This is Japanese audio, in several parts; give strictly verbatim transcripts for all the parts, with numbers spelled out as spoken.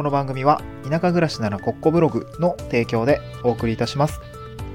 の番組は田舎暮らしならコッコブログの提供でお送りいたします。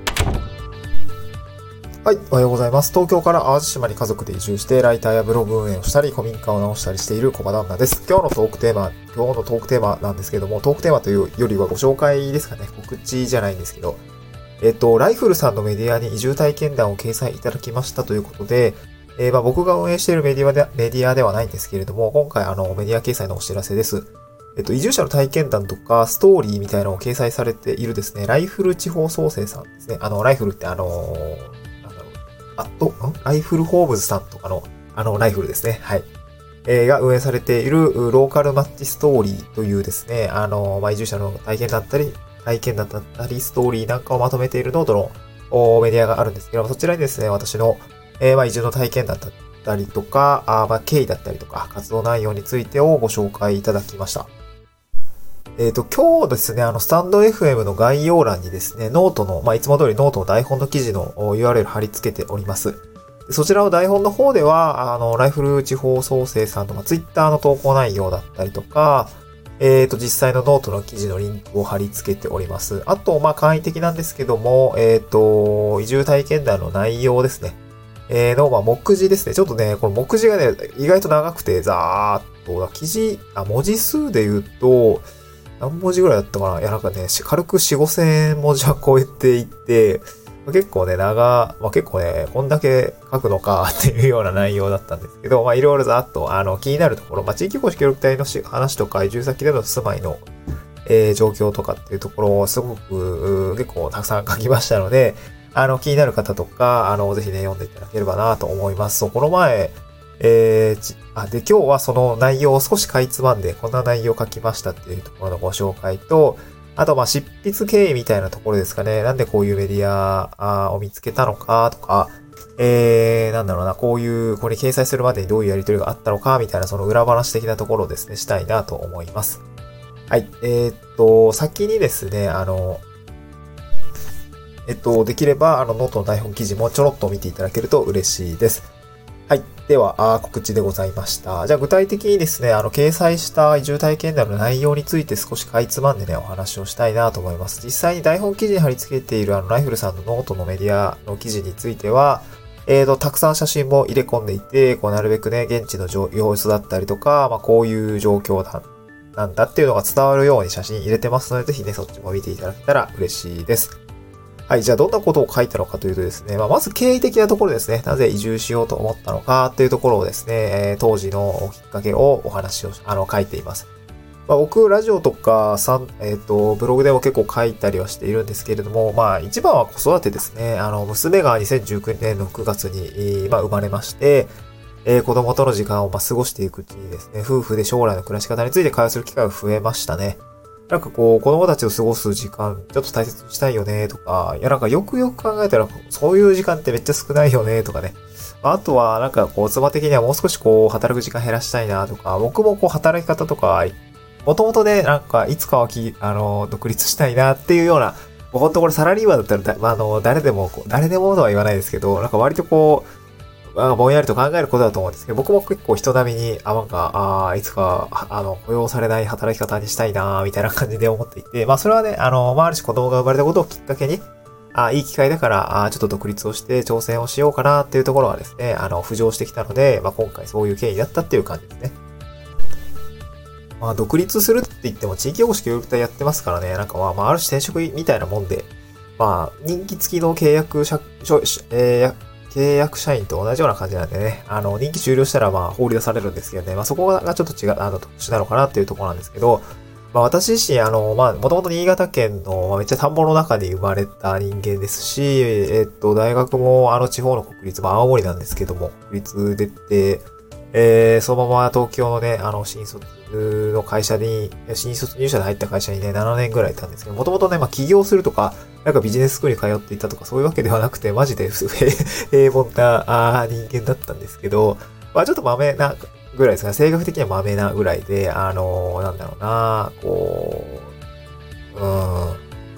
はい、おはようございます。東京から淡路島に家族で移住してライターやブログ運営をしたり古民家を直したりしている小場旦那です。今日のトークテーマ、今日のトークテーマなんですけども、トークテーマというよりはご紹介ですかね。告知じゃないんですけど、えっと、ライフルさんのメディアに移住体験談を掲載いただきましたということで、えー、まあ僕が運営しているメディアで、メディアではないんですけれども、今回あのメディア掲載のお知らせです。えっと、移住者の体験談とかストーリーみたいなのを掲載されているですね、ライフル地方創生さんですね。あの、ライフルってあのー、あと、んライフルホームズさんとかの、あの、ライフルですね。はい。えー、が運営されているローカルマッチストーリーというですね、あの、まあ、移住者の体験だったり、体験だったり、ストーリーなんかをまとめているノートのメディアがあるんですけども、そちらにですね、私の、えー、まあ、移住の体験だったりとか、あまあ、経緯だったりとか、活動内容についてをご紹介いただきました。えっと、今日ですね、あの、スタンド エフエム の概要欄にですね、ノートの、まあ、いつも通りノートの台本の記事の ユーアールエル 貼り付けております。そちらの台本の方では、あの、ライフル地方創生さんの、まあ、ツイッターの投稿内容だったりとか、えっと、実際のノートの記事のリンクを貼り付けております。あと、まあ、簡易的なんですけども、えっと、移住体験談の内容ですね。えー、の、まあ、目次ですね。ちょっとね、この目次がね、意外と長くて、ざーっと、記事、あ、文字数で言うと、何文字ぐらいだったかな。いや、なんかね、軽くよん、ごせん文字は超えていって、結構ね、長、まあ、結構ね、こんだけ書くのかっていうような内容だったんですけど、まあ、いろいろざっと、あの、気になるところ、まあ、地域おこし協力隊の話とか、移住先での住まいの、えー、状況とかっていうところをすごく、結構たくさん書きましたので、あの、気になる方とか、あの、ぜひね、読んでいただければなと思います。そう、この前、えー、あ、で、今日はその内容を少しかいつまんで、こんな内容を書きましたっていうところのご紹介と、あと、ま、執筆経緯みたいなところですかね。なんでこういうメディアを見つけたのかとか、えー、なんだろうな、こういう、これ掲載するまでにどういうやりとりがあったのかみたいな、その裏話的なところをですね、したいなと思います。はい。えー、っと、先にですね、あの、えっと、できれば、あの、ノートの台本記事もちょろっと見ていただけると嬉しいです。はい。では、告知でございました。じゃあ、具体的にですね、あの、掲載した移住体験談の内容について少しかいつまんでね、お話をしたいなと思います。実際に台本記事に貼り付けているあの、ライフルさんのノートのメディアの記事については、えーと、たくさん写真も入れ込んでいて、こう、なるべくね、現地の様子だったりとか、まあ、こういう状況だ、なんだっていうのが伝わるように写真入れてますので、ぜひね、そっちも見ていただけたら嬉しいです。はい。じゃあ、どんなことを書いたのかというとですね、まあ、まず経緯的なところですね。なぜ移住しようと思ったのかっていうところをですね、えー、当時のきっかけをお話を、あの、書いています。まあ、僕、ラジオとか、さん、えっと、ブログでも結構書いたりはしているんですけれども、まあ、一番は子育てですね。あの、娘がにせんじゅうきゅうねんのくがつに、まあ、生まれまして、えー、子供との時間をまあ過ごしていくうちにですね、夫婦で将来の暮らし方について会話する機会が増えましたね。なんかこう、子供たちと過ごす時間、ちょっと大切にしたいよね、とか、いやなんかよくよく考えたら、そういう時間ってめっちゃ少ないよね、とかね。あとは、なんかこう、妻的にはもう少しこう、働く時間減らしたいな、とか、僕もこう、働き方とか、もともとね、なんか、いつかはき、あの、独立したいな、っていうような、もうほんとこれサラリーマンだったら、まあ、あの、誰でも、誰でもとは言わないですけど、なんか割とこう、まあ、ぼんやりと考えることだと思うんですけど、僕も結構人並みに、あ、なんか、ああ、いつか、あの、雇用されない働き方にしたいなみたいな感じで思っていて、まあ、それはね、あの、まあ、ある種子供が生まれたことをきっかけに、あいい機会だから、あちょっと独立をして挑戦をしようかなっていうところがですね、あの、浮上してきたので、まあ、今回そういう経緯だったっていう感じですね。まあ、独立するって言っても地域おこし協力隊やってますからね、なんかまあ、まあ、ある種転職みたいなもんで、まあ、人気付きの契約者、えー、契約社員と同じような感じなんでね、あの、任期終了したらまあ放り出されるんですけどね、まあそこがちょっと違う、あの、特殊なのかなっていうところなんですけど、まあ私自身、あの、まあもともと新潟県の、まあ、めっちゃ田んぼの中に生まれた人間ですし、えっと、大学もあの地方の国立、まあ青森なんですけども、国立出て、えー、そのまま東京のね、あの、新卒の会社に、新卒入社で入った会社にね、ななねんぐらいいたんですけど、もともとね、まあ起業するとか、なんかビジネススクールに通っていたとかそういうわけではなくて、マジで平凡な人間だったんですけど、まあちょっと豆なぐらいですかね。性格的には豆なぐらいで、あのー、なんだろうな、こう、うん、普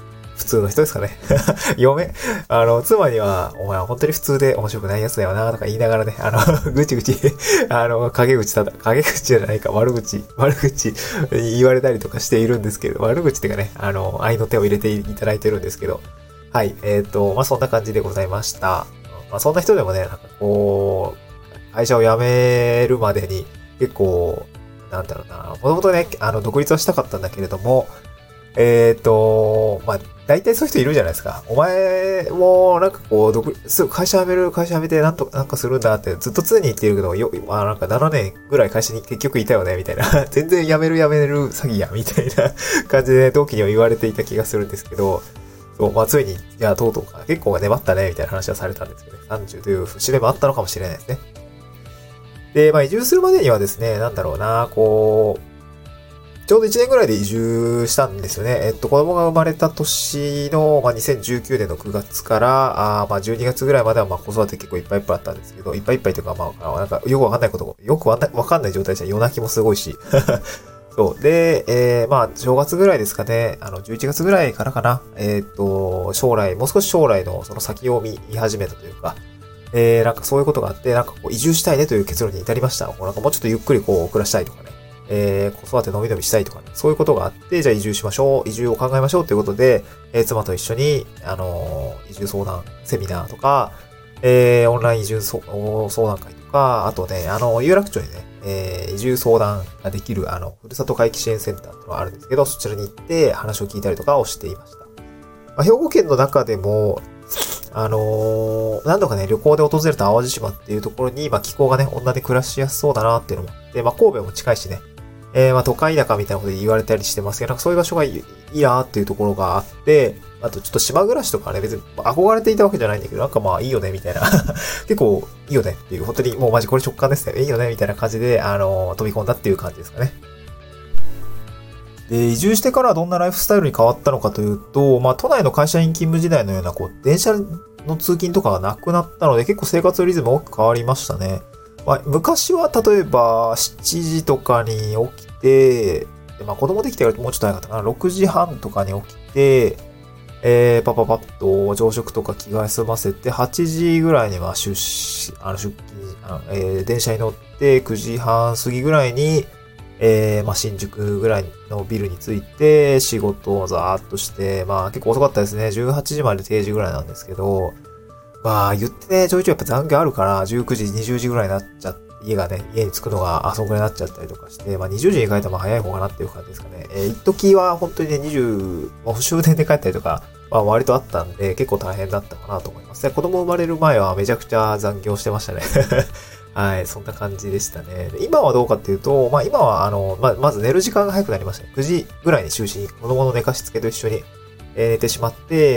通の人ですかね。嫁、あの、妻には、お前は本当に普通で面白くないやつだよな、とか言いながらね、あの、ぐちぐち、あの、陰口ただ、陰口じゃないか、悪口、悪口言われたりとかしているんですけど、悪口っていうかね、あの、愛の手を入れていただいてるんですけど、はい、えっと、まあ、そんな感じでございました。まあ、そんな人でもね、なんかこう、会社を辞めるまでに、結構、なんだろうな、もともとね、あの、独立はしたかったんだけれども、えっと、まあ、大体そういう人いるじゃないですか。お前も、なんかこう、独立、会社辞める、会社辞めて、なんとか、なんかするんだって、ずっと常に言ってるけど、よ、まあ、なんかななねんぐらい会社に結局いたよね、みたいな。全然辞める辞める詐欺や、みたいな感じで、ね、同期には言われていた気がするんですけど、そう、まあ、ついに、いや、とうとうか、結構粘ったね、みたいな話はされたんですけどね。さんじゅうという節目もあったのかもしれないですね。で、まあ、移住するまでにはですね、なんだろうな、こう、ちょうどいちねんぐらいで移住したんですよね。えっと、子供が生まれた年の、まあ、にせんじゅうきゅうねんのくがつから、あまあ、じゅうにがつぐらいまでは、まあ、子育て結構いっぱいいっぱいあったんですけど、いっぱいいっぱいというか、まあ、なんか、よくわかんないこと、よくわかんない状態でした。夜泣きもすごいし。そう。で、えー、まあ、正月ぐらいですかね。あの、じゅういちがつぐらいからかな。えっと、将来、もう少し将来のその先を見始めたというか、えー、なんかそういうことがあって、なんかこう、移住したいねという結論に至りました。こうなんかもうちょっとゆっくりこう、暮らしたいとかね。えー、子育てのびのびしたいとかね。そういうことがあって、じゃあ移住しましょう。移住を考えましょうということで、えー、妻と一緒に、あのー、移住相談セミナーとか、えー、オンライン移住相談会とか、あとね、あの、有楽町にね、えー、移住相談ができる、あの、ふるさと回帰支援センターっていうのがあるんですけど、そちらに行って話を聞いたりとかをしていました。まあ、兵庫県の中でも、あのー、何度かね、旅行で訪れた淡路島っていうところに、まあ、気候がね、女で暮らしやすそうだなっていうのもあって、まあ、神戸も近いしね、えー、まあ、都会田舎みたいなことで言われたりしてますけど、なんかそういう場所がいい、いいなっていうところがあって、あとちょっと島暮らしとかね、別に憧れていたわけじゃないんだけど、なんかまあいいよね、みたいな。結構いいよねっていう、本当にもうマジこれ直感ですね。いいよね、みたいな感じで、あのー、飛び込んだっていう感じですかね。で、移住してからどんなライフスタイルに変わったのかというと、まあ都内の会社員勤務時代のような、こう、電車の通勤とかがなくなったので、結構生活リズム大きく変わりましたね。まあ、昔は例えばしちじとかに起きて、まあ子供できてからもうちょっと早かったかな。ろくじはんとかに起きて、えー、パパパッと朝食とか着替え済ませて、はちじぐらいには出し、あの出勤、あのえー、電車に乗って、くじはん過ぎぐらいに、えー、まあ新宿ぐらいのビルに着いて、仕事をざーっとして、まあ結構遅かったですね。じゅうはちじまで定時ぐらいなんですけど、まあ言ってね、ちょいちょいやっぱ残業あるから、じゅうくじ、にじゅうじぐらいになっちゃって、家がね、家に着くのが、あ、そんぐらいになっちゃったりとかして、まあにじゅうじに帰ったらまあ早い方かなっていう感じですかね。えー、一時は本当にね、にじゅう、まあ、終電で帰ったりとか、まあ割とあったんで、結構大変だったかなと思いますね。子供生まれる前はめちゃくちゃ残業してましたね。はい、そんな感じでしたね。で今はどうかっていうと、まあ今はあの、ま、まず寝る時間が早くなりましたね。くじぐらいに就寝、子供の寝かしつけと一緒に、えー、寝てしまって、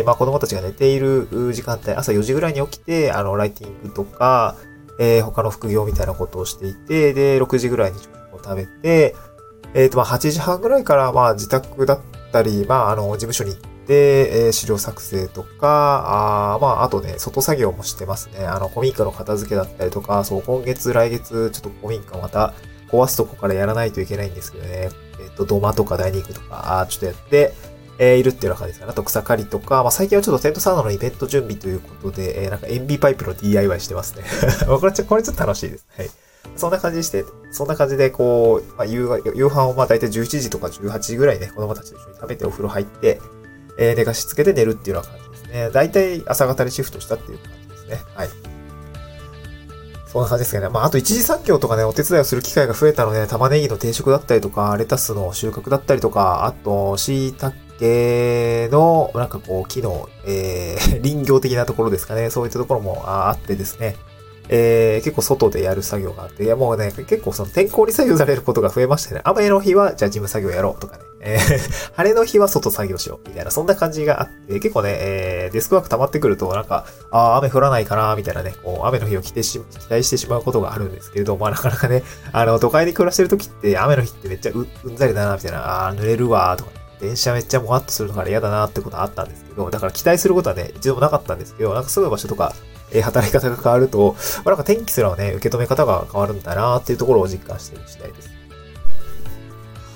まあ子供たちが寝ている時間帯、朝よじぐらいに起きて、あの、ライティングとか、えー、他の副業みたいなことをしていて、で、ろくじぐらいに朝食を食べて、えっと、まあはちじはんぐらいからまあ自宅だったり、まああの、事務所に行って、で、えー、資料作成とか、あまあ、あとね、外作業もしてますね。あの、古民家の片付けだったりとか、そう、今月、来月、ちょっと古民家をまた壊すとこからやらないといけないんですけどね。えっと、土間とかダイニングとか、あちょっとやって、えー、いるっていうような感じですかね。あと草刈りとか、まあ、最近はちょっとテントサウナのイベント準備ということで、えー、なんか塩ビパイプの ディーアイワイ してますね。これちょ、これちょっと楽しいです。はい。そんな感じでして、そんな感じで、こう、まあ、夕、夕飯をまあ、だいたいじゅうしちじとかじゅうはちじぐらいね、子供たちと一緒に食べてお風呂入って、えー、寝かしつけて寝るっていうような感じですね。だいたい朝方にシフトしたっていう感じですね。はい。そんな感じですけどね。まあ、あと一次産業とかね、お手伝いをする機会が増えたので、玉ねぎの定食だったりとか、レタスの収穫だったりとか、あと、椎茸の、なんかこう、木の、えー、林業的なところですかね。そういったところもあってですね。えー、結構外でやる作業があって、いやもうね、結構その天候に左右されることが増えましてね、雨の日はじゃあ事務作業やろうとかね、えー、晴れの日は外作業しようみたいな、そんな感じがあって、結構ね、えー、デスクワーク溜まってくると、なんか、あー雨降らないかなみたいなね、こう、雨の日を期待し、期待してしまうことがあるんですけれど、まあなかなかね、あの、都会に暮らしてる時って、雨の日ってめっちゃう、うんざりだな、みたいな、あー濡れるわーとか、ね、電車めっちゃもわっとするのから嫌だなってことはあったんですけど、だから期待することはね、一度もなかったんですけど、なんか住む場所とか、えー、働き方が変わると、まあ、なんか天気すらね、受け止め方が変わるんだなっていうところを実感している次第です。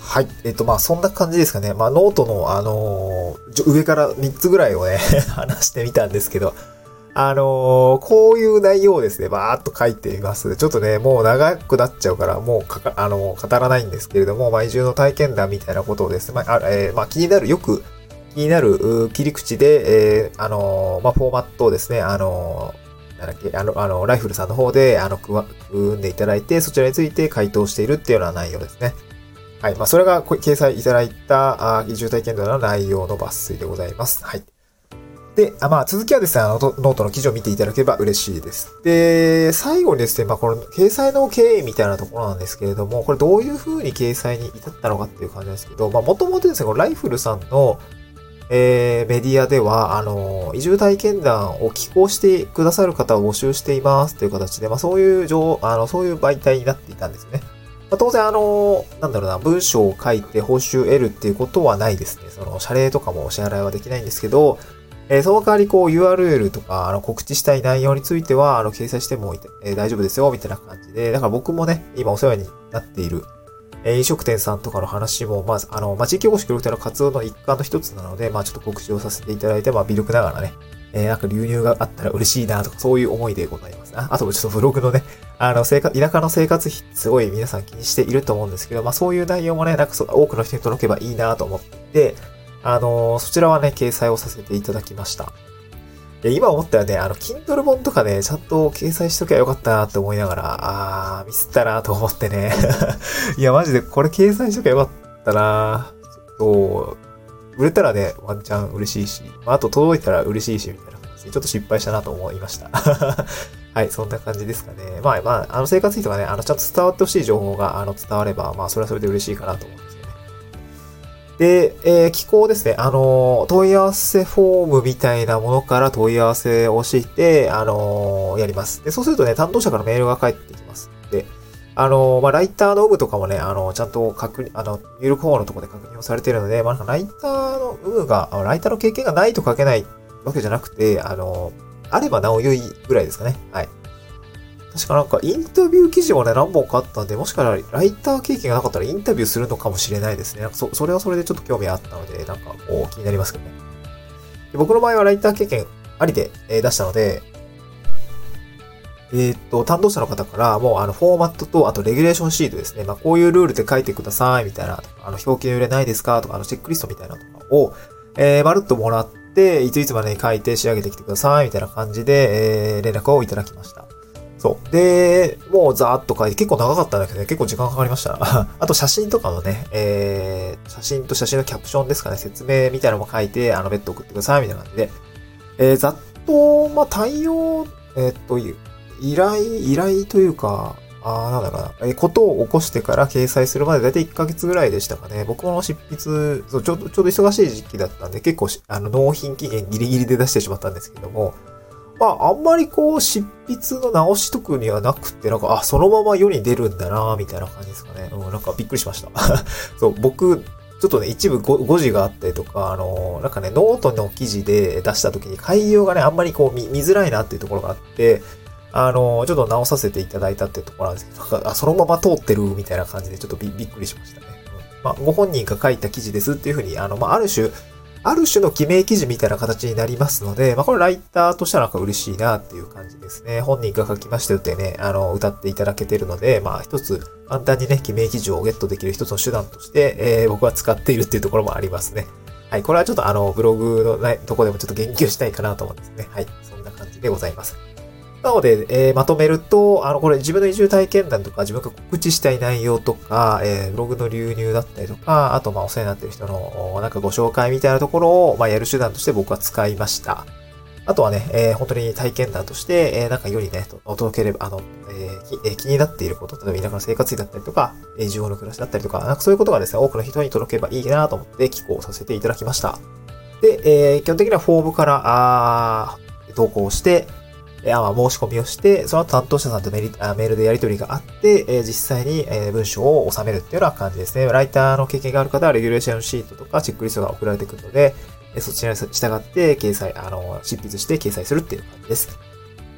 はい。えっと、まあ、そんな感じですかね。まあ、ノートの、あのー、上からみっつぐらいをね、話してみたんですけど、あのー、こういう内容をですね、バーっと書いてみます。ちょっとね、もう長くなっちゃうから、もうかか、あのー、語らないんですけれども、まあ、移住の体験談みたいなことをですね、まあ、えー、まあ、気になる、よく気になる切り口で、えー、あのー、まあ、フォーマットをですね、あのー、なんだっけ、あの、あの、ライフルさんの方で、あの、組んでいただいて、そちらについて回答しているっていうような内容ですね。はい。まあ、それが掲載いただいた、あ移住体験談の内容の抜粋でございます。はい。で、あまあ、続きはですね、あの、ノートの記事を見ていただければ嬉しいです。で、最後にですね、まあ、この、掲載の経緯みたいなところなんですけれども、これどういう風に掲載に至ったのかっていう感じなんですけど、まあ、もともとですね、このライフルさんの、えー、メディアでは、あの、移住体験談を寄稿してくださる方を募集していますという形で、まあ、そういう情、あの、そういう媒体になっていたんですね。まあ、当然、あの、なんだろうな、文章を書いて報酬を得るっていうことはないですね。その、謝礼とかもお支払いはできないんですけど、えー、その代わり、こう、ユーアールエル とか、あの、告知したい内容については、あの、掲載しても、えー、大丈夫ですよ、みたいな感じで、だから僕もね、今お世話になっている、えー、飲食店さんとかの話も、まず、あの、まあ、地域おこし協力隊の活動の一環の一つなので、まあ、ちょっと告知をさせていただいて、まあ、微力ながらね、えー、なんか流入があったら嬉しいなとか、そういう思いでございます。あ、あとちょっとブログのね、あの、生活、田舎の生活費、すごい皆さん気にしていると思うんですけど、まあそういう内容もね、なんかそう多くの人に届けばいいなと思っていて、あのー、そちらはね、掲載をさせていただきました。で今思ったらね、あの、Kindle 本とかね、ちゃんと掲載しときゃよかったなって思いながら、あー、ミスったなと思ってね。いや、マジでこれ掲載しときゃよかったなちょっと、売れたらね、ワンチャン嬉しいし、まあ、あと届いたら嬉しいし、みたいな感じで、ちょっと失敗したなと思いました。はい、そんな感じですかね。まあまあ、あの、生活費とかね、あの、ちゃんと伝わってほしい情報が、あの、伝われば、まあ、それはそれで嬉しいかなと思うんですよね。で、えー、寄稿ですね。あの、問い合わせフォームみたいなものから問い合わせをして、あの、やります。で、そうするとね、担当者からメールが返ってきます。で、あの、まあ、ライターの有無とかもね、あの、ちゃんと確認、あの、入力フォームのところで確認をされているので、まあ、なんかライターの有無が、ライターの経験がないと書けないわけじゃなくて、あの、あればなお良いぐらいですかね。はい。確かなんかインタビュー記事もね、何本かあったんで、もしかしたらライター経験がなかったらインタビューするのかもしれないですね。なんかそ、それはそれでちょっと興味あったので、なんかこう気になりますけどね。で僕の場合はライター経験ありで、えー、出したので、えー、っと、担当者の方からもうあのフォーマットと、あとレギュレーションシートですね。まあこういうルールで書いてくださいみたいな、あの表記の揺れないですかとか、あのチェックリストみたいなのとかを、えー、まるっともらって、いついつまでに書いて仕上げてきてくださいみたいな感じで、えー、連絡をいただきました。そう。で、もうざーっと書いて、結構長かったんだけどね、結構時間かかりました。あと写真とかのね、えー、写真と写真のキャプションですかね、説明みたいなのも書いて、あの、別途送ってくださいみたいな感じで、えー、ざっと、まあ、対応、えー、っと、依頼、依頼というか、あー、なんだろうな、えー、ことを起こしてから掲載するまでだいたいいっかげつぐらいでしたかね。僕も執筆、そう、ちょうど、ちょうど忙しい時期だったんで、結構、あの、納品期限ギリギリで出してしまったんですけども、まあ、あんまりこう、執筆の直し特にはなくて、なんか、あ、そのまま世に出るんだなみたいな感じですかね。うん、なんかびっくりしました。そう、僕、ちょっとね、一部誤字があったりとか、あの、なんかね、ノートの記事で出した時に改行がね、あんまりこう見、見づらいなっていうところがあって、あの、ちょっと直させていただいたっていうところなんですけど、なんか、あ、そのまま通ってるみたいな感じで、ちょっと び, びっくりしましたね。うん、まあ、ご本人が書いた記事ですっていうふうに、あの、まあ、ある種、ある種の記名記事みたいな形になりますので、まあ、これライターとしてはなんか嬉しいなっていう感じですね。本人が書きましたよってね、あの、歌っていただけてるので、まあ、一つ、簡単にね、記名記事をゲットできる一つの手段として、えー、僕は使っているっていうところもありますね。はい。これはちょっとあの、ブログのとこでもちょっと言及したいかなと思うんですね。はい。そんな感じでございます。なので、えー、まとめると、あの、これ自分の移住体験談とか、自分が告知したい内容とか、えー、ブログの流入だったりとか、あと、まあ、お世話になっている人の、なんかご紹介みたいなところを、まあ、やる手段として僕は使いました。あとはね、えー、本当に体験談として、えー、なんかよりね、お届ければ、あの、えー気、えー、気になっていること、例えば田舎の生活費だったりとか、移住後の暮らしだったりとか、なんかそういうことがですね、多くの人に届けばいいなと思って寄稿させていただきました。で、えー、基本的にはフォームから、あー、投稿して、えー、まあ、申し込みをして、その後担当者さんとメール、メールでやり取りがあって、えー、実際に、えー、文章を収めるっていうような感じですね。ライターの経験がある方はレギュレーションシートとかチェックリストが送られてくるので、そちらに従って掲載、あの、執筆して掲載するっていう感じです。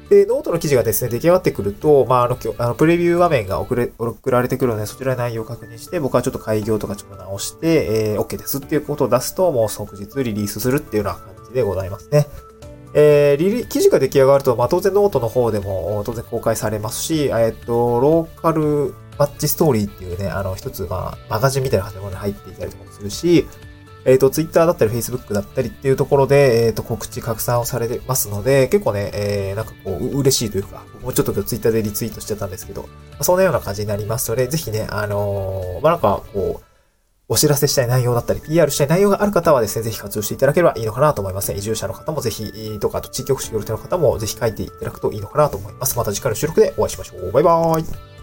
で、ノートの記事がですね、出来上がってくると、まあ、あの、あのプレビュー画面が送れ、送られてくるので、そちらで内容を確認して、僕はちょっと開業とかちょっと直して、えー、OK ですっていうことを出すと、もう即日リリースするっていうような感じでございますね。えー、リリ、記事が出来上がると、まあ、当然ノートの方でも当然公開されますし、えっと、ローカルマッチストーリーっていうね、あの、一つ、まあ、マガジンみたいな感じのものに入っていたりとかもするし、えっと、ツイッターだったり、フェイスブックだったりっていうところで、えっと、告知、拡散をされてますので、結構ね、えー、なんかこう、嬉しいというか、僕もちょっとツイッターでリツイートしてたんですけど、まあ、そんなような感じになりますので、ぜひね、あのー、まあ、なんか、こう、お知らせしたい内容だったり、ピーアール したい内容がある方はですね、ぜひ活用していただければいいのかなと思いますね。移住者の方もぜひ、とか、あと地域おこし協力隊の方もぜひ書いていただくといいのかなと思います。また次回の収録でお会いしましょう。バイバーイ。